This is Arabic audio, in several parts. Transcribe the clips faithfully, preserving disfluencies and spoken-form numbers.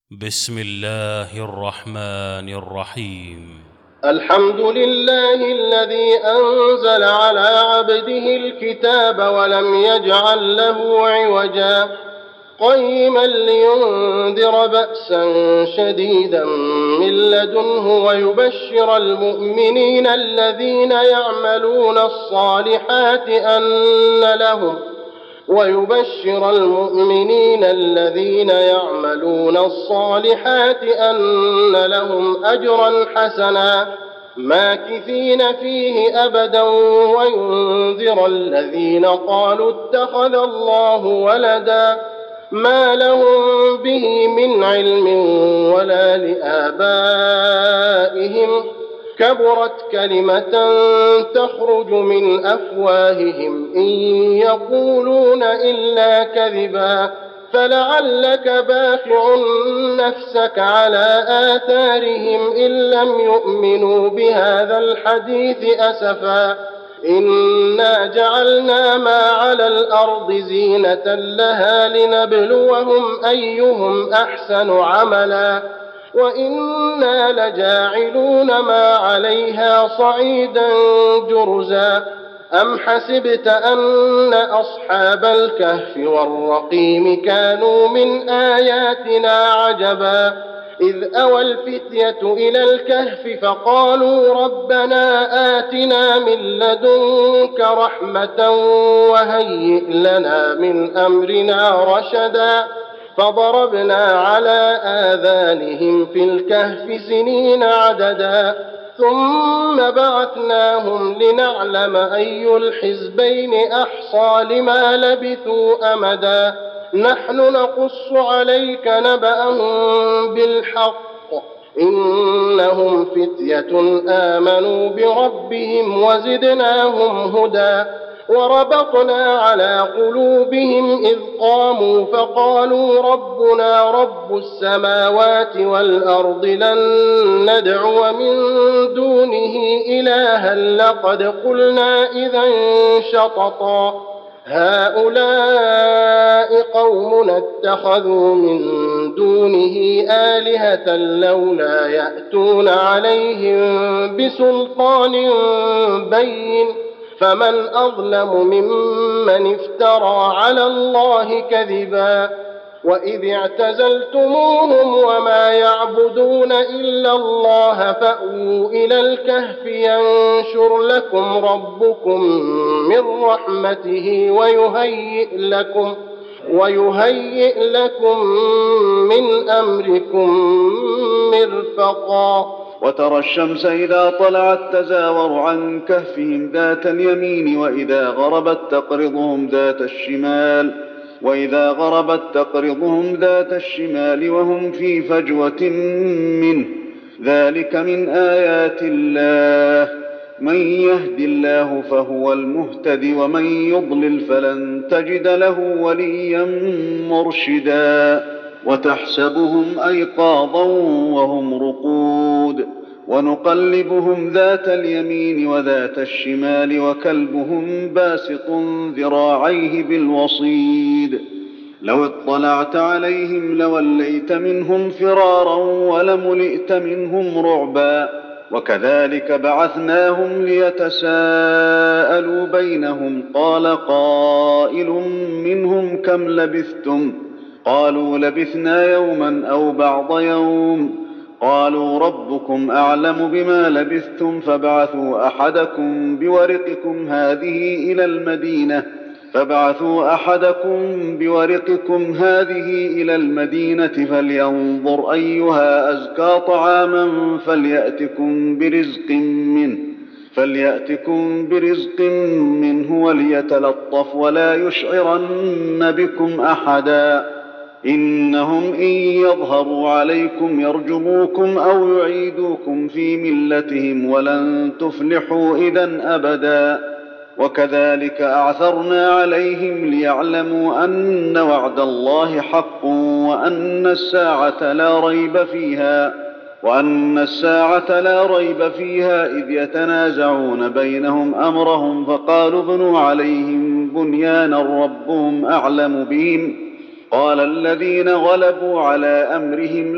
بسم الله الرحمن الرحيم. الحمد لله الذي أنزل على عبده الكتاب ولم يجعل له عوجا قيما لينذر بأسا شديدا من لدنه ويبشر المؤمنين الذين يعملون الصالحات أن لهم ويبشر المؤمنين الذين يعملون الصالحات أن لهم أجرا حسنا ماكثين فيه أبدا وينذر الذين قالوا اتخذ الله ولدا ما لهم به من علم ولا لآبائهم كبرت كلمة تخرج من أفواههم إن يقولون إلا كذبا فلعلك باخع نفسك على آثارهم إن لم يؤمنوا بهذا الحديث أسفا إنا جعلنا ما على الأرض زينة لها لنبلوهم أيهم أحسن عملا وإنا لجاعلون ما عليها صعيدا جرزا أم حسبت أن أصحاب الكهف والرقيم كانوا من آياتنا عجبا إذ أوى الفتية إلى الكهف فقالوا ربنا آتنا من لدنك رحمة وهيئ لنا من أمرنا رشدا فضربنا على آذانهم في الكهف سنين عددا ثم بعثناهم لنعلم أي الحزبين أحصى لما لبثوا أمدا نحن نقص عليك نبأهم بالحق إنهم فتية آمنوا بربهم وزدناهم هدى وربطنا على قلوبهم إذ قاموا فقالوا ربنا رب السماوات والأرض لن ندعو من دونه إلها لقد قلنا إذا شططا هؤلاء قومنا اتخذوا من دونه آلهة لولا يأتون عليهم بسلطان بين فمن أظلم ممن افترى على الله كذبا وإذ اعتزلتموهم وما يعبدون إلا الله فأووا إلى الكهف ينشر لكم ربكم من رحمته ويهيئ لكم ويهيئ لكم من أمركم مرفقا وترى الشمس إذا طلعت تزاور عن كهفهم ذات اليمين وإذا غربت تقرضهم ذات الشمال وإذا غربت تقرضهم ذات الشمال وهم في فجوة منه ذلك من آيات الله من يهد الله فهو المهتد ومن يضلل فلن تجد له وليا مرشدا وتحسبهم أيقاظا وهم رقود ونقلبهم ذات اليمين وذات الشمال وكلبهم باسط ذراعيه بالوصيد لو اطلعت عليهم لوليت منهم فرارا ولملئت منهم رعبا وكذلك بعثناهم ليتساءلوا بينهم قال قائل منهم كم لبثتم قالوا لبثنا يوما أو بعض يوم قالوا ربكم أعلم بما لبثتم فابعثوا أحدكم بورقكم هذه إلى المدينة فابعثوا أحدكم بورقكم هذه إلى المدينة فلينظر أيها أزكى طعاما فليأتكم برزق منه فليأتكم برزق منه وليتلطف ولا يشعرن بكم أحدا إنهم إن يظهروا عليكم يرجموكم أو يعيدوكم في ملتهم ولن تفلحوا إذن أبدا وكذلك أعثرنا عليهم ليعلموا أن وعد الله حق وأن الساعة لا ريب فيها وأن الساعة لا ريب فيها إذ يتنازعون بينهم أمرهم فقالوا ابنوا عليهم بنيانا ربهم أعلم بهم قال الذين غلبوا على أمرهم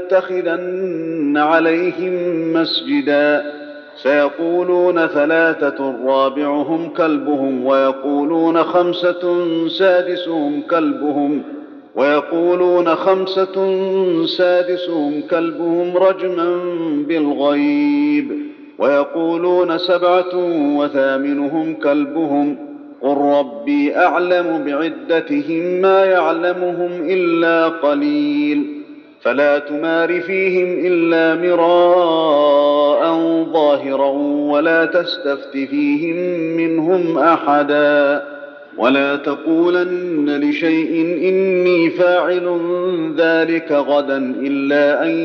لنتخذن عليهم مسجدا سيقولون ثلاثة رابعهم كلبهم ويقولون خمسة سادسهم كلبهم ويقولون خمسة سادسهم كلبهم رجما بالغيب ويقولون سبعة وثامنهم كلبهم قل ربي أعلم بعدتهم ما يعلمهم إلا قليل فلا تمار فيهم إلا مراء ظاهرا ولا تستفت فيهم منهم أحدا ولا تقولن لشيء إني فاعل ذلك غدا إلا أن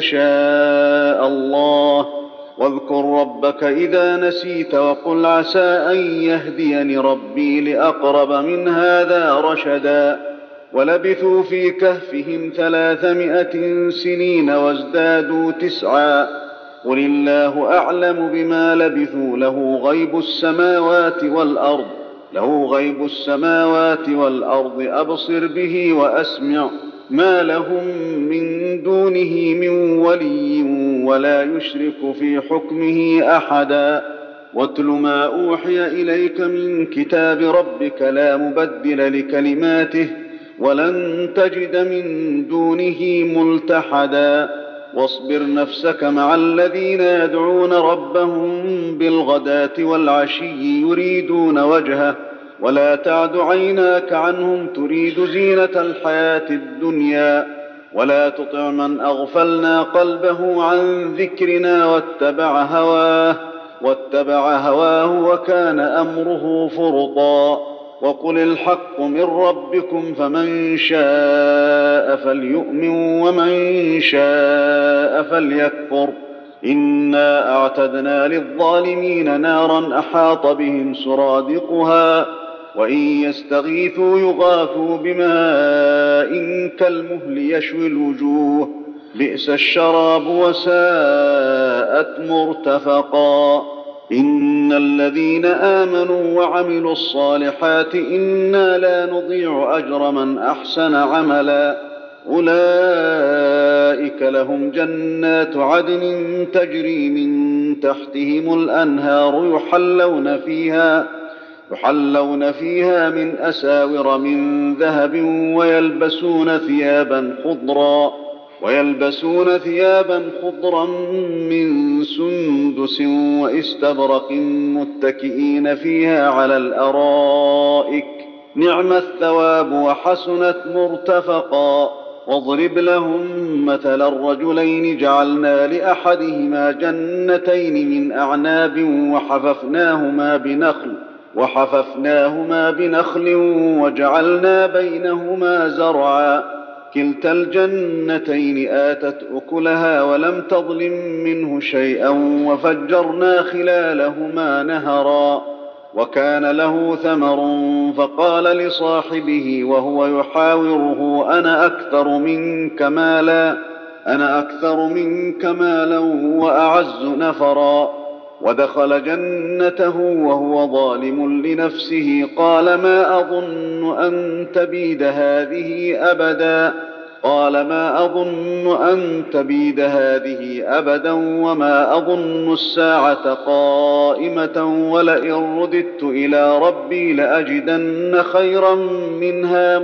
يشاء الله واذكر ربك إذا نسيت وقل عسى أن يهديني ربي لأقرب من هذا رشدا ولبثوا في كهفهم ثلاثمائة سنين وازدادوا تسعا قل الله أعلم بما لبثوا له غيب السماوات والأرض له غيب السماوات والأرض أبصر به وأسمع ما لهم من دونه من ولي ولا يشرك في حكمه أحدا واتل ما أوحي إليك من كتاب ربك لا مبدل لكلماته ولن تجد من دونه ملتحدا واصبر نفسك مع الذين يدعون ربهم بالغداة والعشي يريدون وجهه ولا تعد عيناك عنهم تريد زينة الحياة الدنيا ولا تطع من أغفلنا قلبه عن ذكرنا واتبع هواه واتبع هواه وكان أمره فرطا وقل الحق من ربكم فمن شاء فليؤمن ومن شاء فليكفر إنا أعتدنا للظالمين نارا أحاط بهم سرادقها وإن يستغيثوا يغاثوا بماء كالمهل يشوي الوجوه بئس الشراب وساءت مرتفقا إن الذين آمنوا وعملوا الصالحات إنا لا نضيع أجر من أحسن عملا أولئك لهم جنات عدن تجري من تحتهم الأنهار يحلون فيها يحلون فيها من أساور من ذهب ويلبسون ثيابا خضرا ويلبسون ثيابا خضرا من سندس واستبرق متكئين فيها على الأرائك نعم الثواب وحسنت مرتفقا واضرب لهم مثل الرجلين جعلنا لأحدهما جنتين من أعناب وحففناهما بنخل وحففناهما بنخل وجعلنا بينهما زرعا كلتا الجنتين آتت أكلها ولم تظلم منه شيئا وفجرنا خلالهما نهرا وكان له ثمر فقال لصاحبه وهو يحاوره أنا أكثر منك مالا أنا أكثر منك مالا وأعز نفرا ودخل جنته وهو ظالم لنفسه قال ما أظن أن تبيد هذه أبدا قال ما أظن أن تبيد هذه أبدا وما أظن الساعة قائمة ولئن رددت إلى ربي لأجدن خيرا منها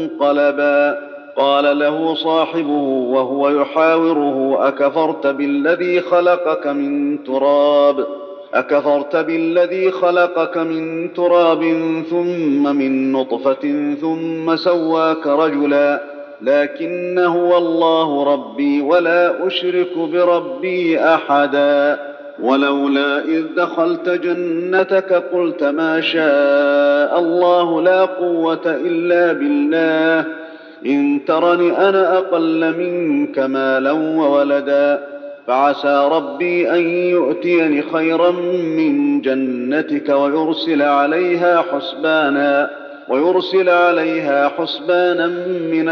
منقلبا قال له صاحبه وهو يحاوره أكفرت بالذي خلقك من تراب أكفرت بالذي خلقك من تراب ثم من نطفة ثم سواك رجلا لكن هو الله ربي ولا أشرك بربي أحدا ولولا إذ دخلت جنتك قلت ما شاء الله لا قوة إلا بالله إن ترني أنا أقل منك مالا وولدا فعسى ربي أن يؤتيني خيرا من جنتك ويرسل عليها حسبانا ويرسل عليها حسبانا من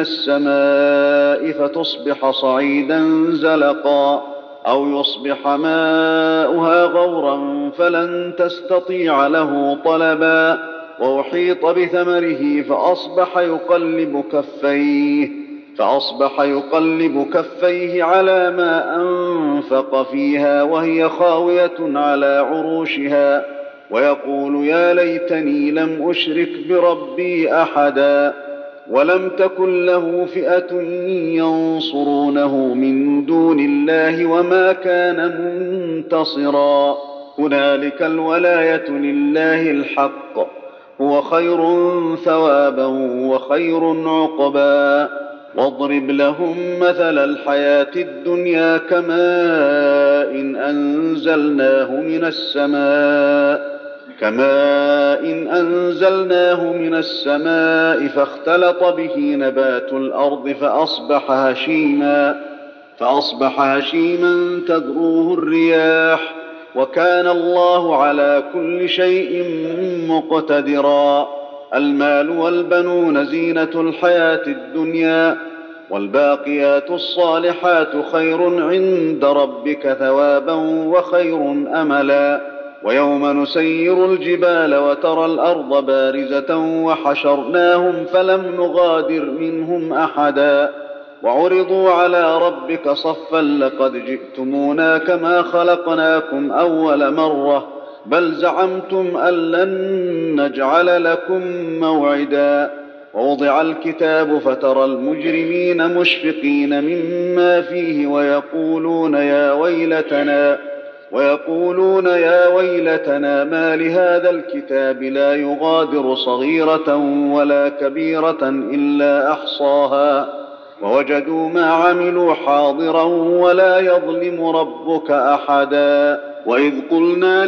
السماء فتصبح صعيدا زلقا أو يصبح ماؤها غورا فلن تستطيع له طلبا وأحيط بثمره فأصبح يقلب كفيه فأصبح يقلب كفيه على ما أنفق فيها وهي خاوية على عروشها ويقول يا ليتني لم أشرك بربي أحدا ولم تكن له فئة ينصرونه من دون الله وما كان منتصرا هنالك الولاية لله الحق هو خير ثوابا وخير عقبا واضرب لهم مثل الحياة الدنيا كماء إن أنزلناه من السماء كماء إن أنزلناه من السماء فاختلط به نبات الأرض فأصبح هشيما فأصبح هشيما تذروه الرياح وكان الله على كل شيء مقتدرا المال والبنون زينة الحياة الدنيا والباقيات الصالحات خير عند ربك ثوابا وخير أملا ويوم نسير الجبال وترى الأرض بارزة وحشرناهم فلم نغادر منهم أحدا وعرضوا على ربك صفا لقد جئتمونا كما خلقناكم أول مرة بل زعمتم أن لن نجعل لكم موعدا ووضع الكتاب فترى المجرمين مشفقين مما فيه ويقولون يا ويلتنا ويقولون يا ويلتنا ما لهذا الكتاب لا يغادر صغيرة ولا كبيرة إلا أحصاها ووجدوا ما عملوا حاضرا ولا يظلم ربك أحدا وإذ قلنا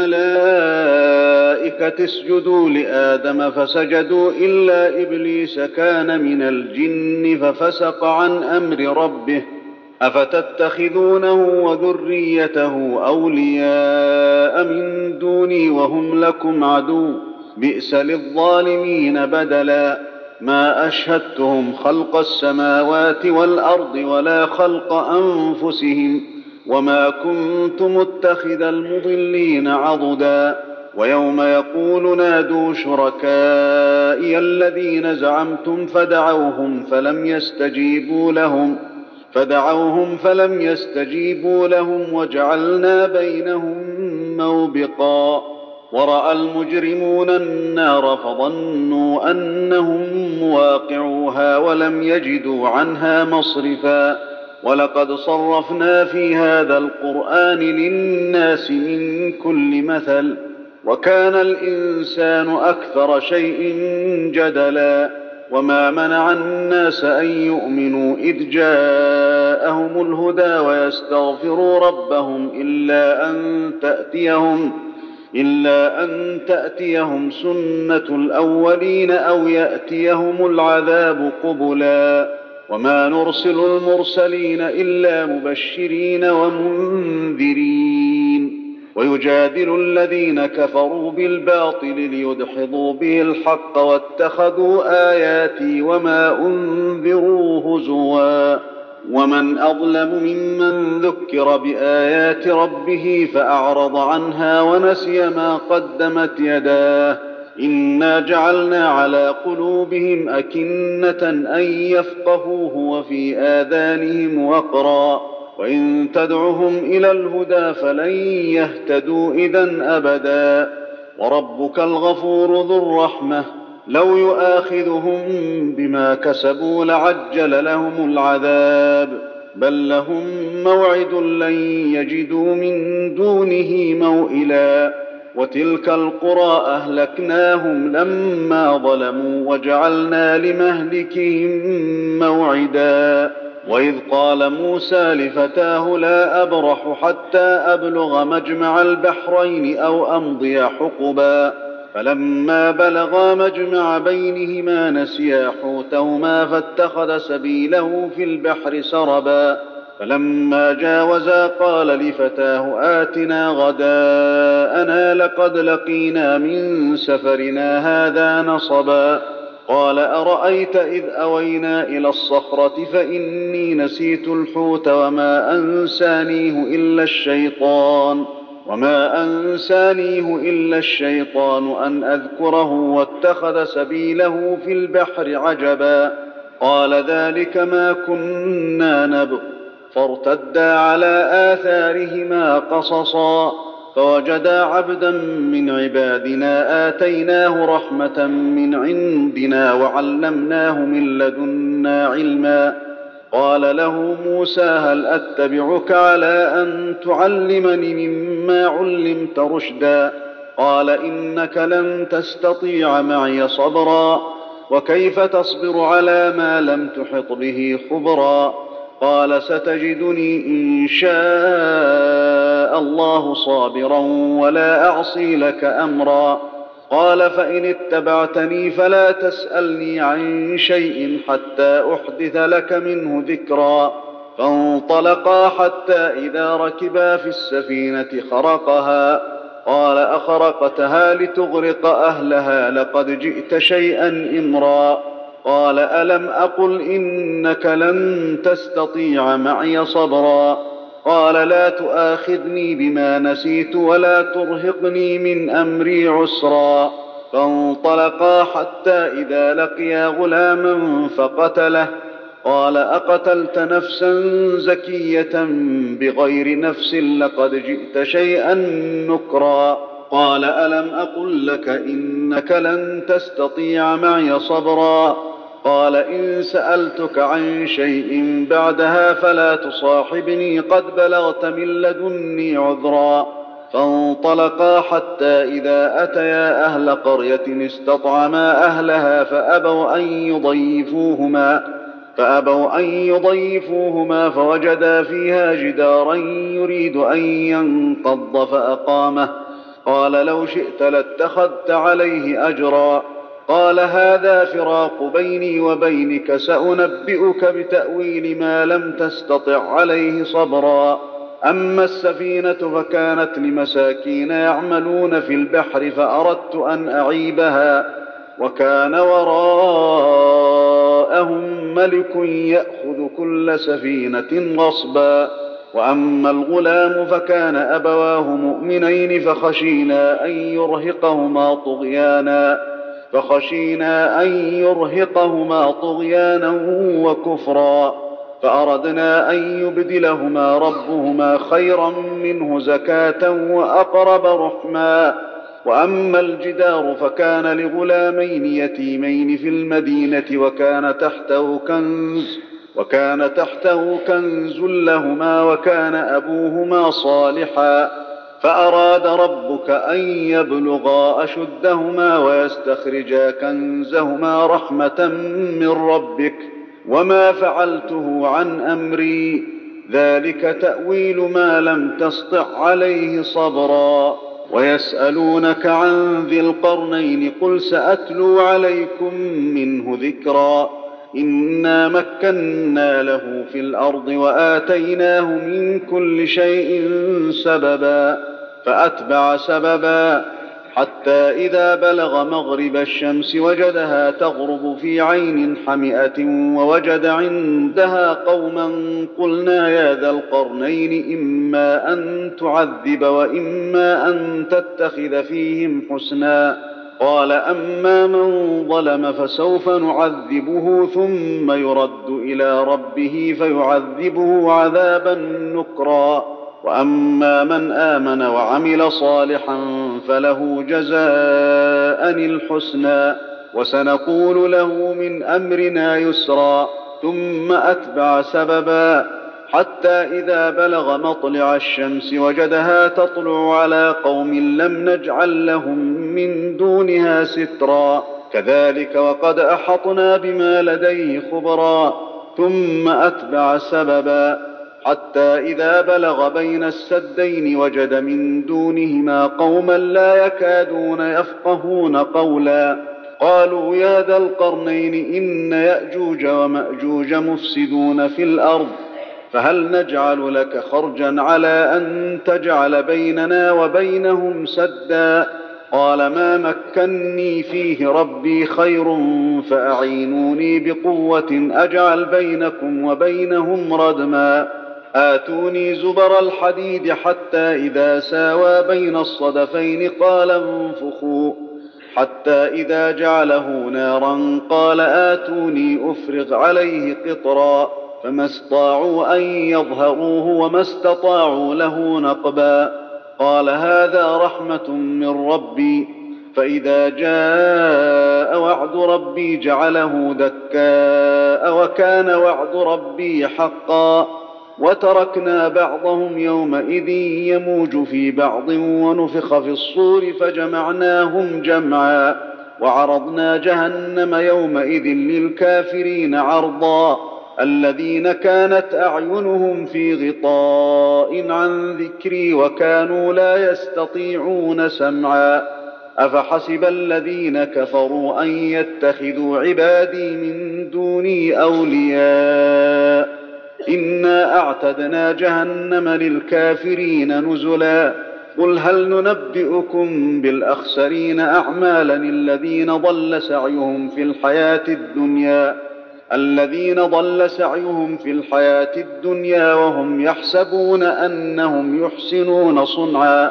للملائكة اسجدوا لآدم فسجدوا إلا إبليس كان من الجن ففسق عن أمر ربه أفتتخذونه وذريته أولياء من دوني وهم لكم عدو بئس للظالمين بدلا ما أشهدتهم خلق السماوات والأرض ولا خلق أنفسهم وما كنت متخذ المضلين عضدا ويوم يقول نادوا شركائي الذين زعمتم فدعوهم فلم يستجيبوا لهم فدعوهم فلم يستجيبوا لهم وجعلنا بينهم موبقا ورأى المجرمون النار فظنوا أنهم مواقعوها ولم يجدوا عنها مصرفا ولقد صرفنا في هذا القرآن للناس من كل مثل وكان الإنسان أكثر شيء جدلا وما منع الناس أن يؤمنوا إذ جاءهم الهدى ويستغفروا ربهم إلا أن تأتيهم إلا أن تأتيهم سنة الأولين أو يأتيهم العذاب قبلا وما نرسل المرسلين إلا مبشرين ومنذرين ويجادل الذين كفروا بالباطل ليدحضوا به الحق واتخذوا آياتي وما أنذروا هزوا ومن أظلم ممن ذكر بآيات ربه فأعرض عنها ونسي ما قدمت يداه إنا جعلنا على قلوبهم أكنة أن يفقهوه وفي آذانهم وقرا وإن تدعهم إلى الهدى فلن يهتدوا إذن أبدا وربك الغفور ذو الرحمة لو يؤاخذهم بما كسبوا لعجل لهم العذاب بل لهم موعد لن يجدوا من دونه موئلا وتلك القرى أهلكناهم لما ظلموا وجعلنا لمهلكهم موعدا وإذ قال موسى لفتاه لا أبرح حتى أبلغ مجمع البحرين أو أمضي حقبا فلما بلغا مجمع بينهما نسيا حوتهما فاتخذ سبيله في البحر سربا فلما جاوزا قال لفتاه آتنا غداءنا لقد لقينا من سفرنا هذا نصبا قال أرأيت إذ أوينا إلى الصخرة فإني نسيت الحوت وما أنسانيه إلا الشيطان وما أنسانيه إلا الشيطان أن أذكره واتخذ سبيله في البحر عجبا. قال ذلك ما كنا نبغ فارتدا على آثارهما قصصا فوجدا عبدا من عبادنا آتيناه رحمة من عندنا وعلمناه من لدنا علما. قال له موسى هل أتبعك على أن تعلمني مما علمت رشدا؟ قال إنك لن تستطيع معي صبرا وكيف تصبر على ما لم تحط به خبرا؟ قال ستجدني إن شاء الله صابرا ولا أعصي لك أمرا. قال فإن اتبعتني فلا تسألني عن شيء حتى أحدث لك منه ذكرا. فانطلقا حتى إذا ركبا في السفينة خرقها قال أخرقتها لتغرق أهلها لقد جئت شيئا إمرا. قال ألم أقل إنك لن تستطيع معي صبرا؟ قال لا تؤاخذني بما نسيت ولا ترهقني من أمري عسرا. فانطلقا حتى إذا لقيا غلاما فقتله قال أقتلت نفسا زكية بغير نفس لقد جئت شيئا نكرا. قال ألم أقل لك إنك لن تستطيع معي صبرا؟ قال إن سألتك عن شيء بعدها فلا تصاحبني قد بلغت من لدني عذرا. فانطلقا حتى إذا أتيا أهل قرية استطعما أهلها فأبوا أن يضيفوهما فأبوا أن يضيفوهما فوجدا فيها جدارا يريد أن ينقض فأقامه. قال لو شئت لاتخذت عليه أجرا. قال هذا فراق بيني وبينك سأنبئك بتأويل ما لم تستطع عليه صبرا. أما السفينة فكانت لمساكين يعملون في البحر فأردت أن أعيبها وكان وراءهم ملك يأخذ كل سفينة غصبا. وأما الغلام فكان أبواه مؤمنين فخشينا أن يرهقهما طغيانا فخشينا أن يرهقهما طغيانا وكفرا. فأردنا أن يبدلهما ربهما خيرا منه زكاة وأقرب رحما. وأما الجدار فكان لغلامين يتيمين في المدينة وكان تحته كنز وكان تحته كنز لهما وكان أبوهما صالحا. فأراد ربك أن يبلغا أشدهما ويستخرجا كنزهما رحمة من ربك وما فعلته عن أمري ذلك تأويل ما لم تسطع عليه صبرا. ويسألونك عن ذي القرنين قل سأتلو عليكم منه ذكرا. إنا مكنا له في الأرض وآتيناه من كل شيء سببا. فأتبع سببا حتى إذا بلغ مغرب الشمس وجدها تغرب في عين حمئة ووجد عندها قوما قلنا يا ذا القرنين إما أن تعذب وإما أن تتخذ فيهم حسنا. قال أما من ظلم فسوف نعذبه ثم يرد إلى ربه فيعذبه عذابا نكرا. وأما من آمن وعمل صالحا فله جزاء الحسنى وسنقول له من أمرنا يسرا. ثم أتبع سببا حتى إذا بلغ مطلع الشمس وجدها تطلع على قوم لم نجعل لهم من دونها سترا. كذلك وقد أحطنا بما لديه خبرا. ثم أتبع سببا حتى إذا بلغ بين السدين وجد من دونهما قوما لا يكادون يفقهون قولا. قالوا يا ذا القرنين إن يأجوج ومأجوج مفسدون في الأرض فهل نجعل لك خرجا على أن تجعل بيننا وبينهم سدا؟ قال ما مكني فيه ربي خير فأعينوني بقوة أجعل بينكم وبينهم ردما. آتوني زبر الحديد حتى إذا ساوى بين الصدفين قال انفخوا حتى إذا جعله نارا قال آتوني أفرغ عليه قطرا فما استطاعوا أن يظهروه وما استطاعوا له نقبا قال هذا رحمة من ربي فإذا جاء وعد ربي جعله دكاء وكان وعد ربي حقا وتركنا بعضهم يومئذ يموج في بعض ونفخ في الصور فجمعناهم جمعا وعرضنا جهنم يومئذ للكافرين عرضا الذين كانت أعينهم في غطاء عن ذكري وكانوا لا يستطيعون سمعا أفحسب الذين كفروا أن يتخذوا عبادي من دوني أولياء إنا أعتدنا جهنم للكافرين نزلا قل هل ننبئكم بالأخسرين أعمالا الذين ضل سعيهم في الحياة الدنيا الذين ضل سعيهم في الحياة الدنيا وهم يحسبون أنهم يحسنون صنعا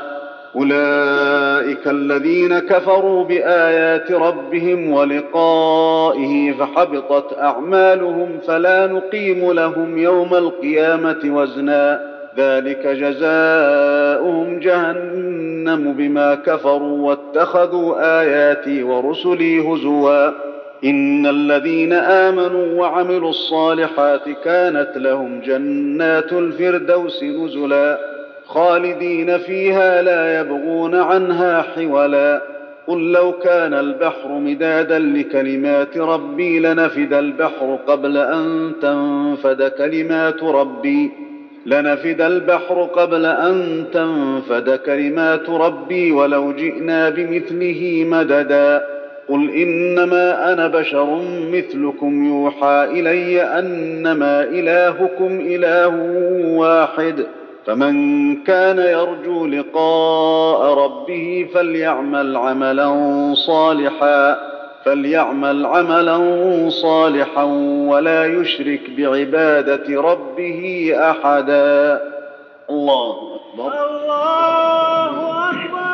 أولئك الذين كفروا بآيات ربهم ولقائه فحبطت أعمالهم فلا نقيم لهم يوم القيامة وزنا ذلك جزاؤهم جهنم بما كفروا واتخذوا آياتي ورسلي هزوا إن الذين آمنوا وعملوا الصالحات كانت لهم جنات الفردوس نزلا خالدين فيها لا يبغون عنها حولا قل لو كان البحر مدادا لكلمات ربي لنفد البحر قبل أن تنفد كلمات ربي لنفد البحر قبل أن تنفد كلمات ربي ولو جئنا بمثله مددا قل إنما أنا بشر مثلكم يوحى إلي أنما إلهكم إله واحد فمن كان يرجو لقاء ربه فليعمل عملا صالحا فليعمل عملا صالحا ولا يشرك بعبادة ربه أحدا الله أكبر الله أكبر